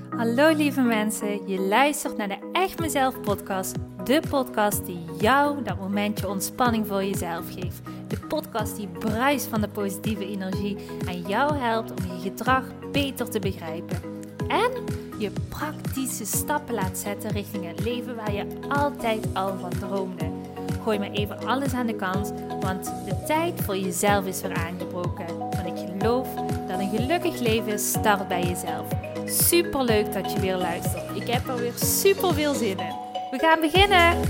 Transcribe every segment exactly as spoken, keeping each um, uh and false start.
Hallo lieve mensen, je luistert naar de Echt Mezelf podcast. De podcast die jou dat momentje ontspanning voor jezelf geeft. De podcast die bruist van de positieve energie en jou helpt om je gedrag beter te begrijpen. En je praktische stappen laat zetten richting het leven waar je altijd al van droomde. Gooi maar even alles aan de kant, want de tijd voor jezelf is weer aangebroken. Want ik geloof dat een gelukkig leven start bij jezelf. Super leuk dat je weer luistert. Ik heb er weer super veel zin in. We gaan beginnen!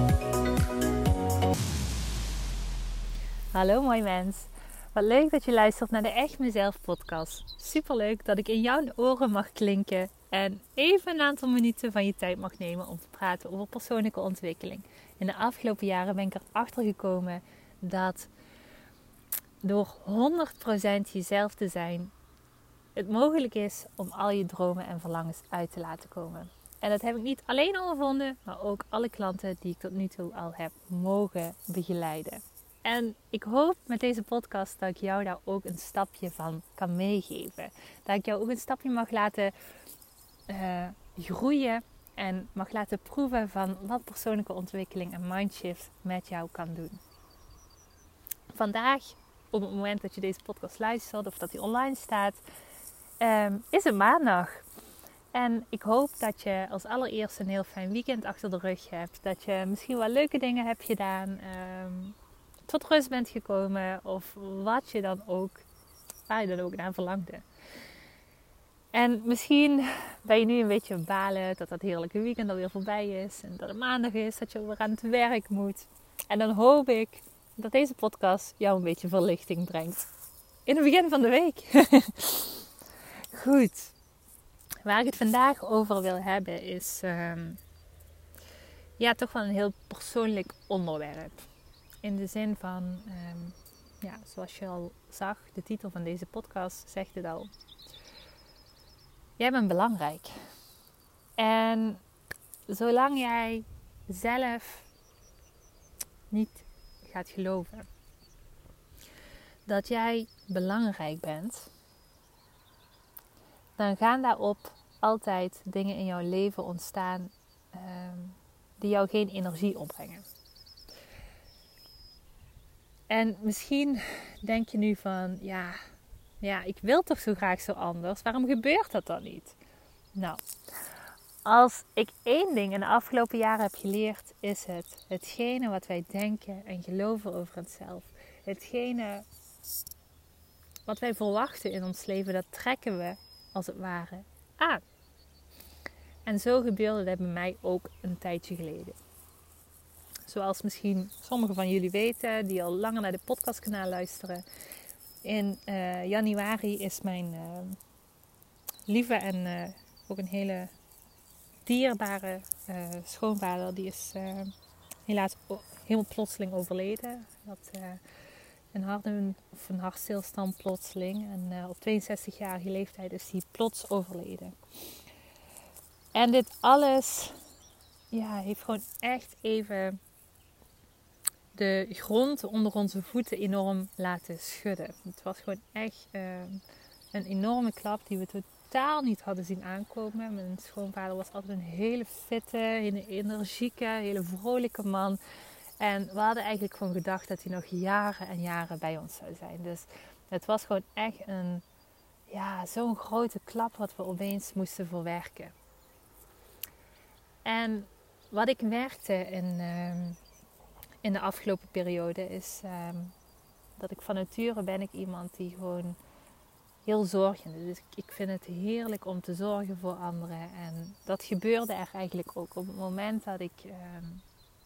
Hallo mooi mens. Wat leuk dat je luistert naar de Echt Mezelf podcast. Super leuk dat ik in jouw oren mag klinken en even een aantal minuten van je tijd mag nemen om te praten over persoonlijke ontwikkeling. In de afgelopen jaren ben ik erachter gekomen dat door honderd procent jezelf te zijn het mogelijk is om al je dromen en verlangens uit te laten komen. En dat heb ik niet alleen ondervonden, maar ook alle klanten die ik tot nu toe al heb mogen begeleiden. En ik hoop met deze podcast dat ik jou daar ook een stapje van kan meegeven. Dat ik jou ook een stapje mag laten uh, groeien en mag laten proeven van wat persoonlijke ontwikkeling en mindshift met jou kan doen. Vandaag, op het moment dat je deze podcast luistert of dat die online staat, Um, is het maandag. En ik hoop dat je als allereerst een heel fijn weekend achter de rug hebt. Dat je misschien wel leuke dingen hebt gedaan. Um, tot rust bent gekomen. Of wat je dan ook, waar je dan ook naar verlangde. En misschien ben je nu een beetje balen dat dat heerlijke weekend alweer voorbij is. En dat het maandag is, dat je weer aan het werk moet. En dan hoop ik dat deze podcast jou een beetje verlichting brengt. In het begin van de week. Goed, waar ik het vandaag over wil hebben is um, ja, toch wel een heel persoonlijk onderwerp. In de zin van, um, ja, zoals je al zag, de titel van deze podcast zegt het al. Jij bent belangrijk. En zolang jij zelf niet gaat geloven dat jij belangrijk bent, dan gaan daarop altijd dingen in jouw leven ontstaan um, die jou geen energie opbrengen. En misschien denk je nu van, ja, ja, ik wil toch zo graag zo anders. Waarom gebeurt dat dan niet? Nou, als ik één ding in de afgelopen jaren heb geleerd, is het hetgene wat wij denken en geloven over onszelf. Hetgene wat wij verwachten in ons leven, dat trekken we als het ware aan. En zo gebeurde dat bij mij ook een tijdje geleden. Zoals misschien sommigen van jullie weten, die al langer naar de podcastkanaal luisteren. In uh, januari is mijn uh, lieve en uh, ook een hele dierbare uh, schoonvader, die is uh, helaas helemaal plotseling overleden. Dat uh, Een, hart, of een hartstilstand plotseling. En uh, op tweeënzestigjarige leeftijd is hij plots overleden. En dit alles ja, heeft gewoon echt even de grond onder onze voeten enorm laten schudden. Het was gewoon echt uh, een enorme klap die we totaal niet hadden zien aankomen. Mijn schoonvader was altijd een hele fitte, hele energieke, hele vrolijke man. En we hadden eigenlijk gewoon gedacht dat hij nog jaren en jaren bij ons zou zijn. Dus het was gewoon echt een, ja, zo'n grote klap wat we opeens moesten verwerken. En wat ik merkte in, um, in de afgelopen periode is um, dat ik van nature ben ik iemand die gewoon heel zorgend is. Dus ik, ik vind het heerlijk om te zorgen voor anderen. En dat gebeurde er eigenlijk ook op het moment dat ik... Um,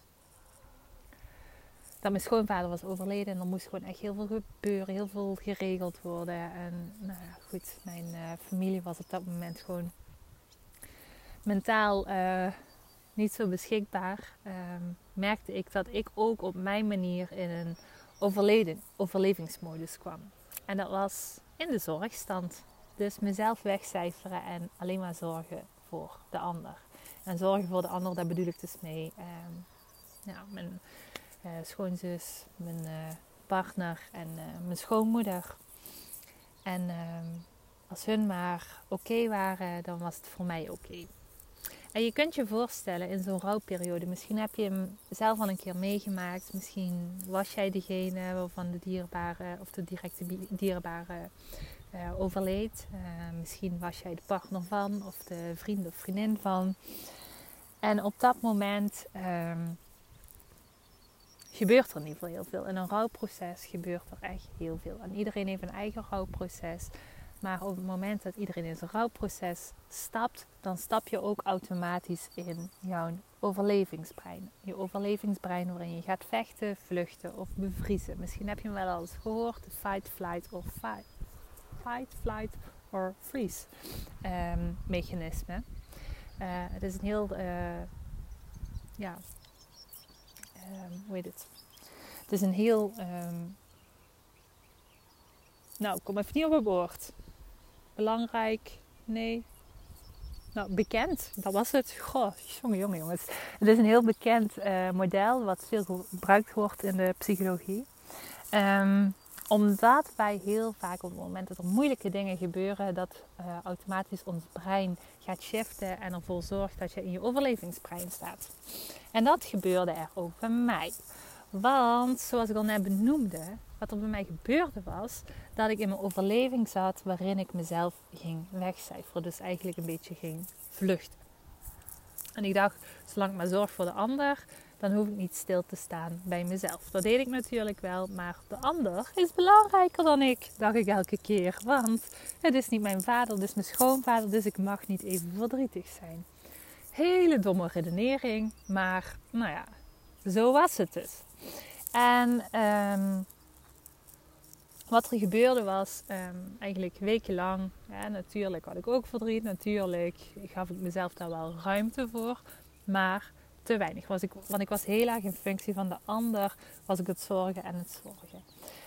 dat mijn schoonvader was overleden en er moest gewoon echt heel veel gebeuren, heel veel geregeld worden. En nou ja, goed, mijn uh, familie was op dat moment gewoon mentaal uh, niet zo beschikbaar. Um, merkte ik dat ik ook op mijn manier in een overleden, overlevingsmodus kwam. En dat was in de zorgstand. Dus mezelf wegcijferen en alleen maar zorgen voor de ander. En zorgen voor de ander, daar bedoel ik dus mee. Um, ja, mijn... Uh, schoonzus, mijn uh, partner en uh, mijn schoonmoeder. En uh, als hun maar oké waren, dan was het voor mij oké. En je kunt je voorstellen in zo'n rouwperiode, misschien heb je hem zelf al een keer meegemaakt. Misschien was jij degene waarvan de dierbare of de directe dierbare uh, overleed. Uh, misschien was jij de partner van of de vriend of vriendin van. En op dat moment um, gebeurt er in ieder geval heel veel. In een rouwproces gebeurt er echt heel veel. En iedereen heeft een eigen rouwproces. Maar op het moment dat iedereen in zijn rouwproces stapt, dan stap je ook automatisch in jouw overlevingsbrein. Je overlevingsbrein waarin je gaat vechten, vluchten of bevriezen. Misschien heb je hem wel al eens gehoord, de fight, flight of fight. Fight, flight or freeze um, mechanisme. Uh, het is een heel, uh, ja, um, hoe heet het? Het is een heel, um, nou, ik kom even niet op het woord. Belangrijk, nee, nou bekend, dat was het. Goh, jongen, jongen, jongens. Het is een heel bekend uh, model wat veel gebruikt wordt in de psychologie. Um, omdat wij heel vaak op het moment dat er moeilijke dingen gebeuren, dat uh, automatisch ons brein gaat shiften en ervoor zorgt dat je in je overlevingsbrein staat. En dat gebeurde er ook bij mij. Want, zoals ik al net benoemde, wat er bij mij gebeurde was, dat ik in mijn overleving zat waarin ik mezelf ging wegcijferen. Dus eigenlijk een beetje ging vluchten. En ik dacht, zolang ik maar zorg voor de ander, dan hoef ik niet stil te staan bij mezelf. Dat deed ik natuurlijk wel, maar de ander is belangrijker dan ik, dacht ik elke keer. Want het is niet mijn vader, het is mijn schoonvader, dus ik mag niet even verdrietig zijn. Hele domme redenering, maar nou ja, zo was het dus. En um, wat er gebeurde was, um, eigenlijk wekenlang, ja, natuurlijk had ik ook verdriet, natuurlijk gaf ik mezelf daar wel ruimte voor, maar te weinig. Was ik, want ik was heel erg in functie van de ander, was ik het zorgen en het zorgen.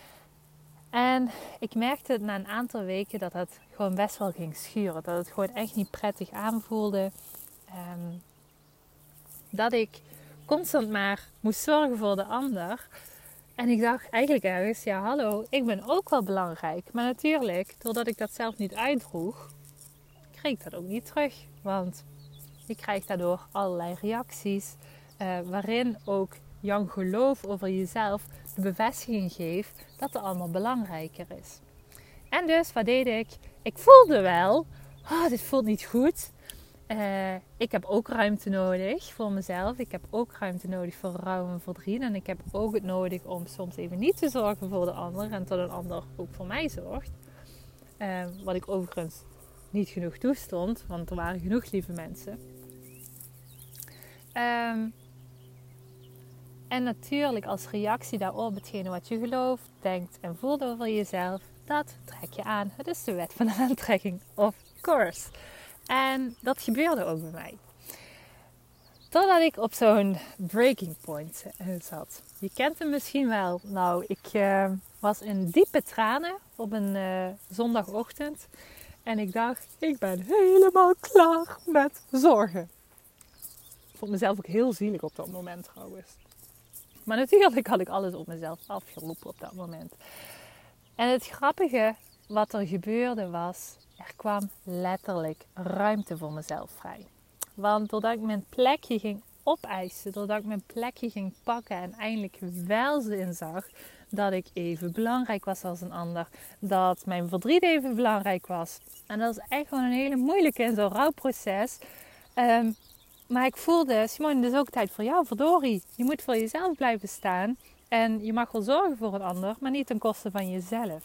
En ik merkte na een aantal weken dat het gewoon best wel ging schuren, dat het gewoon echt niet prettig aanvoelde. Um, dat ik constant maar moest zorgen voor de ander. En ik dacht eigenlijk ergens, ja hallo, ik ben ook wel belangrijk. Maar natuurlijk, doordat ik dat zelf niet uitdroeg, kreeg ik dat ook niet terug. Want je krijgt daardoor allerlei reacties, uh, waarin ook jouw geloof over jezelf de bevestiging geeft dat het allemaal belangrijker is. En dus, wat deed ik? Ik voelde wel, oh, dit voelt niet goed. Uh, ik heb ook ruimte nodig voor mezelf. Ik heb ook ruimte nodig voor rouw en verdriet. En ik heb ook het nodig om soms even niet te zorgen voor de ander. En tot een ander ook voor mij zorgt. Uh, wat ik overigens niet genoeg toestond. Want er waren genoeg lieve mensen. Um, en natuurlijk als reactie daarop hetgene wat je gelooft, denkt en voelt over jezelf. Dat trek je aan. Het is de wet van de aantrekking, of course. En dat gebeurde ook bij mij. Totdat ik op zo'n breaking point zat. Je kent hem misschien wel. Nou, ik uh, was in diepe tranen op een uh, zondagochtend. En ik dacht, ik ben helemaal klaar met zorgen. Ik vond mezelf ook heel zielig op dat moment trouwens. Maar natuurlijk had ik alles op mezelf afgeroepen op dat moment. En het grappige wat er gebeurde was, er kwam letterlijk ruimte voor mezelf vrij. Want doordat ik mijn plekje ging opeisen, doordat ik mijn plekje ging pakken en eindelijk wel inzag dat ik even belangrijk was als een ander, dat mijn verdriet even belangrijk was. En dat is echt gewoon een hele moeilijke in zo'n rouwproces. Um, maar ik voelde, Simone, het is ook tijd voor jou, verdorie. Je moet voor jezelf blijven staan en je mag wel zorgen voor een ander, maar niet ten koste van jezelf.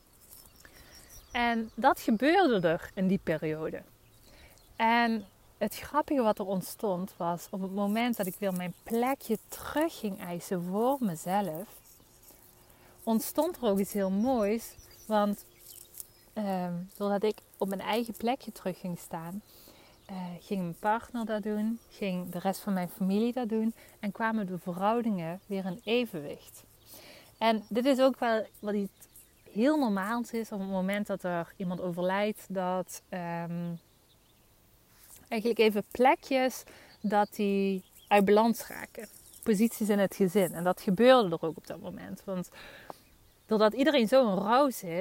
En dat gebeurde er in die periode. En het grappige wat er ontstond was, op het moment dat ik weer mijn plekje terug ging eisen voor mezelf, ontstond er ook iets heel moois. Want uh, doordat ik op mijn eigen plekje terug ging staan, uh, ging mijn partner dat doen, ging de rest van mijn familie dat doen en kwamen de verhoudingen weer in evenwicht. En dit is ook wel wat iets heel normaals is op het moment dat er iemand overlijdt, dat um, eigenlijk even plekjes dat die uit balans raken. Posities in het gezin. En dat gebeurde er ook op dat moment. Want doordat iedereen zo in rouw zit,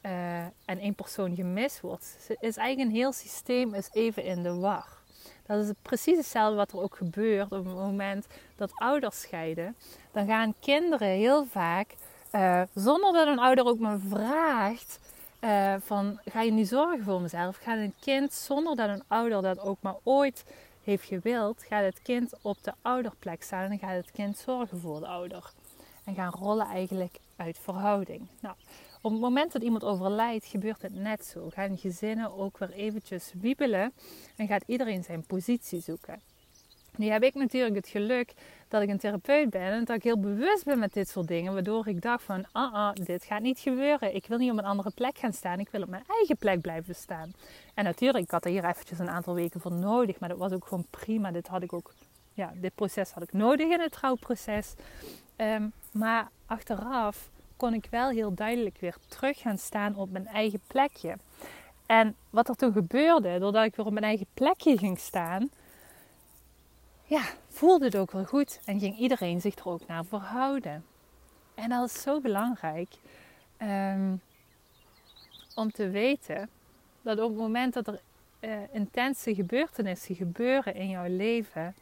uh, en één persoon gemist wordt, is eigenlijk een heel systeem is even in de war. Dat is precies hetzelfde wat er ook gebeurt op het moment dat ouders scheiden. Dan gaan kinderen heel vaak, uh, zonder dat een ouder ook maar vraagt, uh, van ga je nu zorgen voor mezelf? Gaat een kind, zonder dat een ouder dat ook maar ooit heeft gewild, gaat het kind op de ouderplek staan en gaat het kind zorgen voor de ouder. En gaan rollen eigenlijk uit verhouding. Nou, op het moment dat iemand overlijdt, gebeurt het net zo. Gaan gezinnen ook weer eventjes wiebelen en gaat iedereen zijn positie zoeken. Nu heb ik natuurlijk het geluk dat ik een therapeut ben en dat ik heel bewust ben met dit soort dingen. Waardoor ik dacht van, ah, ah, dit gaat niet gebeuren. Ik wil niet op een andere plek gaan staan. Ik wil op mijn eigen plek blijven staan. En natuurlijk, ik had er hier eventjes een aantal weken voor nodig. Maar dat was ook gewoon prima. Dit had ik ook, ja, dit proces had ik nodig in het trouwproces. Um, maar achteraf kon ik wel heel duidelijk weer terug gaan staan op mijn eigen plekje. En wat er toen gebeurde, doordat ik weer op mijn eigen plekje ging staan, ja, voelde het ook wel goed en ging iedereen zich er ook naar verhouden. En dat is zo belangrijk um, om te weten dat op het moment dat er uh, intense gebeurtenissen gebeuren in jouw leven,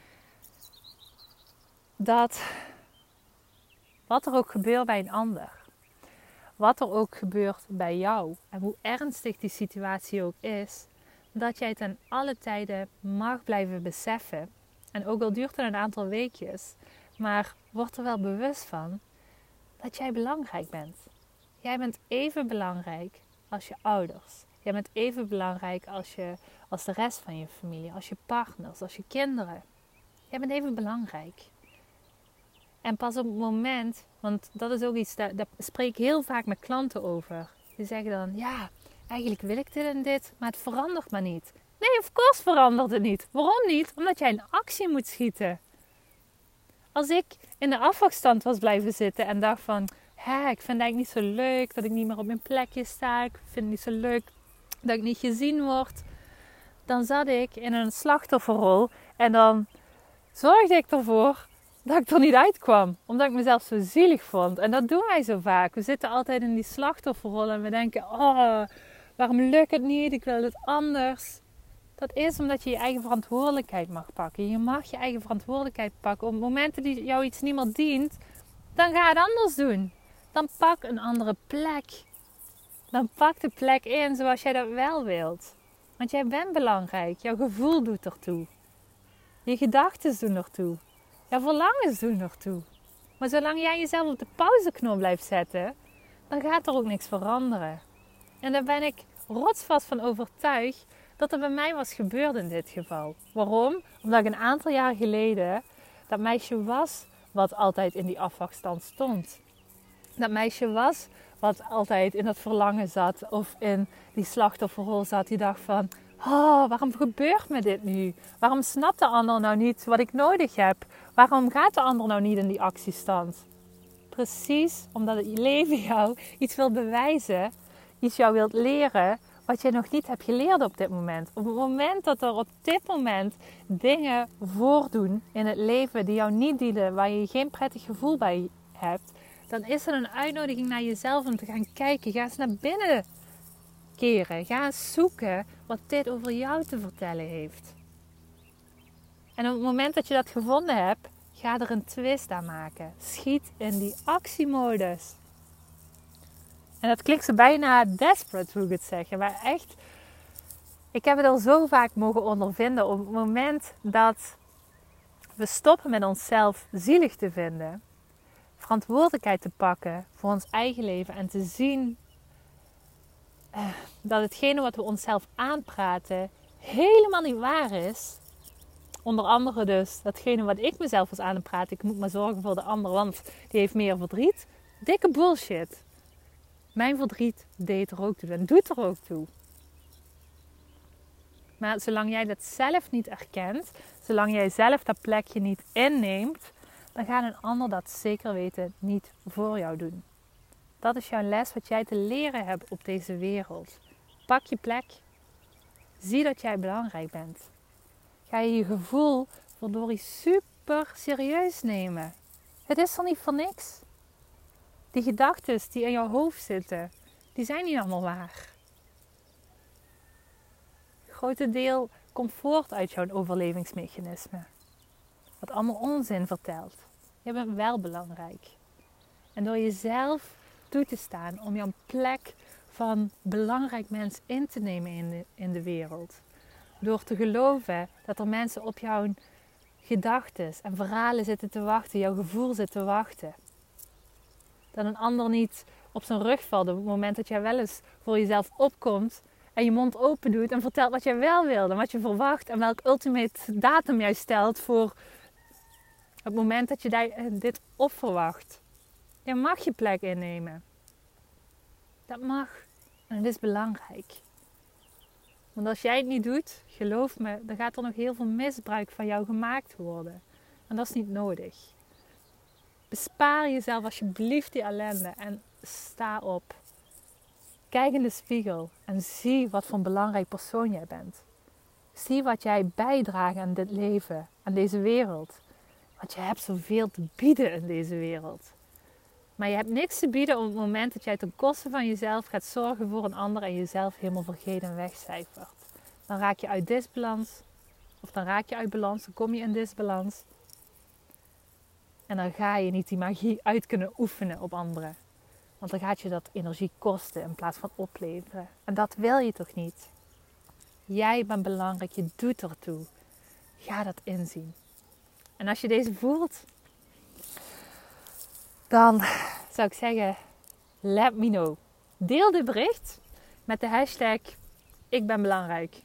dat wat er ook gebeurt bij een ander, wat er ook gebeurt bij jou en hoe ernstig die situatie ook is, dat jij ten alle tijden mag blijven beseffen. En ook al duurt het een aantal weekjes, maar word er wel bewust van dat jij belangrijk bent. Jij bent even belangrijk als je ouders. Jij bent even belangrijk als, je, als de rest van je familie, als je partners, als je kinderen. Jij bent even belangrijk. En pas op het moment, want dat is ook iets, daar, daar spreek ik heel vaak met klanten over. Die zeggen dan, ja, eigenlijk wil ik dit en dit, maar het verandert maar niet. Nee, of course verandert het niet. Waarom niet? Omdat jij in actie moet schieten. Als ik in de afwachtstand was blijven zitten en dacht van, hè, ik vind het eigenlijk niet zo leuk dat ik niet meer op mijn plekje sta. Ik vind het niet zo leuk dat ik niet gezien word. Dan zat ik in een slachtofferrol en dan zorgde ik ervoor dat ik er niet uitkwam. Omdat ik mezelf zo zielig vond. En dat doen wij zo vaak. We zitten altijd in die slachtofferrol en we denken, oh, waarom lukt het niet? Ik wil het anders. Dat is omdat je je eigen verantwoordelijkheid mag pakken. Je mag je eigen verantwoordelijkheid pakken. Op momenten die jou iets niet meer dient, dan ga het anders doen. Dan pak een andere plek. Dan pak de plek in zoals jij dat wel wilt. Want jij bent belangrijk. Jouw gevoel doet ertoe. Je gedachten doen ertoe. Jouw verlangens doen ertoe. Maar zolang jij jezelf op de pauzeknop blijft zetten, dan gaat er ook niks veranderen. En daar ben ik rotsvast van overtuigd dat er bij mij was gebeurd in dit geval. Waarom? Omdat ik een aantal jaar geleden dat meisje was wat altijd in die afwachtstand stond. Dat meisje was wat altijd in dat verlangen zat of in die slachtofferrol zat. Die dacht van, oh, waarom gebeurt me dit nu? Waarom snapt de ander nou niet wat ik nodig heb? Waarom gaat de ander nou niet in die actiestand? Precies omdat het leven jou iets wil bewijzen, iets jou wilt leren, wat je nog niet hebt geleerd op dit moment. Op het moment dat er op dit moment dingen voordoen in het leven die jou niet dienen, waar je geen prettig gevoel bij hebt, dan is er een uitnodiging naar jezelf om te gaan kijken. Ga eens naar binnen keren. Ga eens zoeken wat dit over jou te vertellen heeft. En op het moment dat je dat gevonden hebt, ga er een twist aan maken. Schiet in die actiemodus. En dat klinkt zo bijna desperate, hoe ik het zeg. Maar echt, ik heb het al zo vaak mogen ondervinden. Op het moment dat we stoppen met onszelf zielig te vinden, verantwoordelijkheid te pakken voor ons eigen leven en te zien uh, dat hetgene wat we onszelf aanpraten helemaal niet waar is. Onder andere dus datgene wat ik mezelf was aanpraten. Ik moet maar zorgen voor de ander, want die heeft meer verdriet. Dikke bullshit. Mijn verdriet deed er ook toe en doet er ook toe. Maar zolang jij dat zelf niet erkent, zolang jij zelf dat plekje niet inneemt, dan gaat een ander dat zeker weten niet voor jou doen. Dat is jouw les wat jij te leren hebt op deze wereld. Pak je plek. Zie dat jij belangrijk bent. Ga je je gevoel verdorie super serieus nemen. Het is er niet voor niks. Die gedachten die in jouw hoofd zitten, die zijn niet allemaal waar. Een grote deel komt voort uit jouw overlevingsmechanisme. Wat allemaal onzin vertelt. Je bent wel belangrijk. En door jezelf toe te staan om jouw plek van belangrijk mens in te nemen in de, in de wereld. Door te geloven dat er mensen op jouw gedachten en verhalen zitten te wachten, jouw gevoel zit te wachten. Dat een ander niet op zijn rug valt op het moment dat jij wel eens voor jezelf opkomt en je mond open doet en vertelt wat jij wel wilde, en wat je verwacht en welk ultimate datum jij stelt voor het moment dat je dit opverwacht. Je mag je plek innemen. Dat mag. En dat is belangrijk. Want als jij het niet doet, geloof me, dan gaat er nog heel veel misbruik van jou gemaakt worden. En dat is niet nodig. Bespaar jezelf alsjeblieft die ellende en sta op. Kijk in de spiegel en zie wat voor een belangrijk persoon jij bent. Zie wat jij bijdraagt aan dit leven, aan deze wereld. Want je hebt zoveel te bieden in deze wereld. Maar je hebt niks te bieden op het moment dat jij ten koste van jezelf gaat zorgen voor een ander en jezelf helemaal vergeet en wegcijfert. Dan raak je uit disbalans, of dan raak je uit balans, dan kom je in disbalans. En dan ga je niet die magie uit kunnen oefenen op anderen. Want dan gaat je dat energie kosten in plaats van opleveren. En dat wil je toch niet? Jij bent belangrijk, je doet ertoe. Ga dat inzien. En als je deze voelt, dan zou ik zeggen, let me know. Deel dit bericht met de hashtag ik ben belangrijk.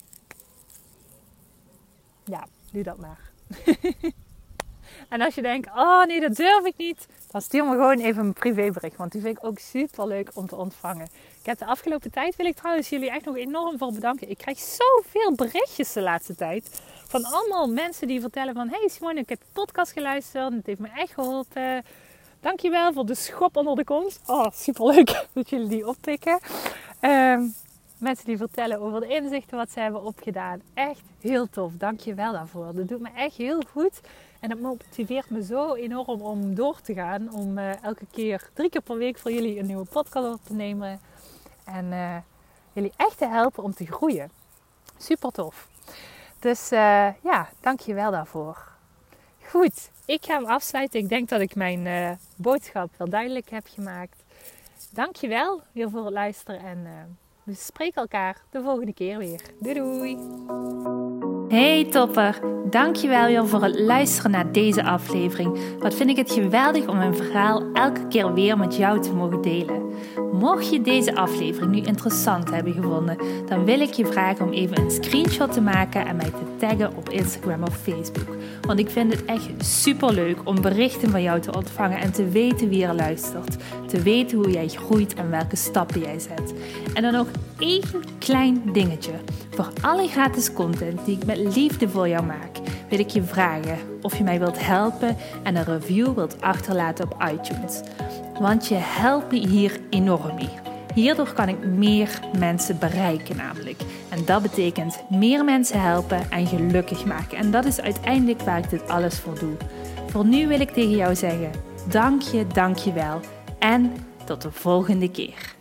Ja, doe dat maar. En als je denkt, oh nee, dat durf ik niet, dan stuur me gewoon even een privébericht. Want die vind ik ook super leuk om te ontvangen. Ik heb de afgelopen tijd, wil ik trouwens jullie echt nog enorm voor bedanken. Ik krijg zoveel berichtjes de laatste tijd. Van allemaal mensen die vertellen van, hey Simone, ik heb de podcast geluisterd. Het heeft me echt geholpen. Dankjewel voor de schop onder de kont. Oh, superleuk dat jullie die oppikken. Um, mensen die vertellen over de inzichten wat ze hebben opgedaan. Echt heel tof. Dankjewel daarvoor. Dat doet me echt heel goed. En dat motiveert me zo enorm om door te gaan. Om uh, elke keer, drie keer per week voor jullie een nieuwe podcast op te nemen. En uh, jullie echt te helpen om te groeien. Super tof. Dus uh, ja, dankjewel daarvoor. Goed, ik ga hem afsluiten. Ik denk dat ik mijn uh, boodschap wel duidelijk heb gemaakt. Dankjewel weer voor het luisteren. En uh, we spreken elkaar de volgende keer weer. Doei doei! Hey topper, dankjewel weer voor het luisteren naar deze aflevering. Wat vind ik het geweldig om mijn verhaal elke keer weer met jou te mogen delen. Mocht je deze aflevering nu interessant hebben gevonden, dan wil ik je vragen om even een screenshot te maken en mij te taggen op Instagram of Facebook. Want ik vind het echt superleuk om berichten van jou te ontvangen en te weten wie er luistert. Te weten hoe jij groeit en welke stappen jij zet. En dan nog één klein dingetje. Voor alle gratis content die ik met liefde voor jou maak, wil ik je vragen of je mij wilt helpen en een review wilt achterlaten op iTunes. Want je helpt me hier enorm mee. Hierdoor kan ik meer mensen bereiken namelijk. En dat betekent meer mensen helpen en gelukkig maken. En dat is uiteindelijk waar ik dit alles voor doe. Voor nu wil ik tegen jou zeggen, dank je, dank je wel. En tot de volgende keer.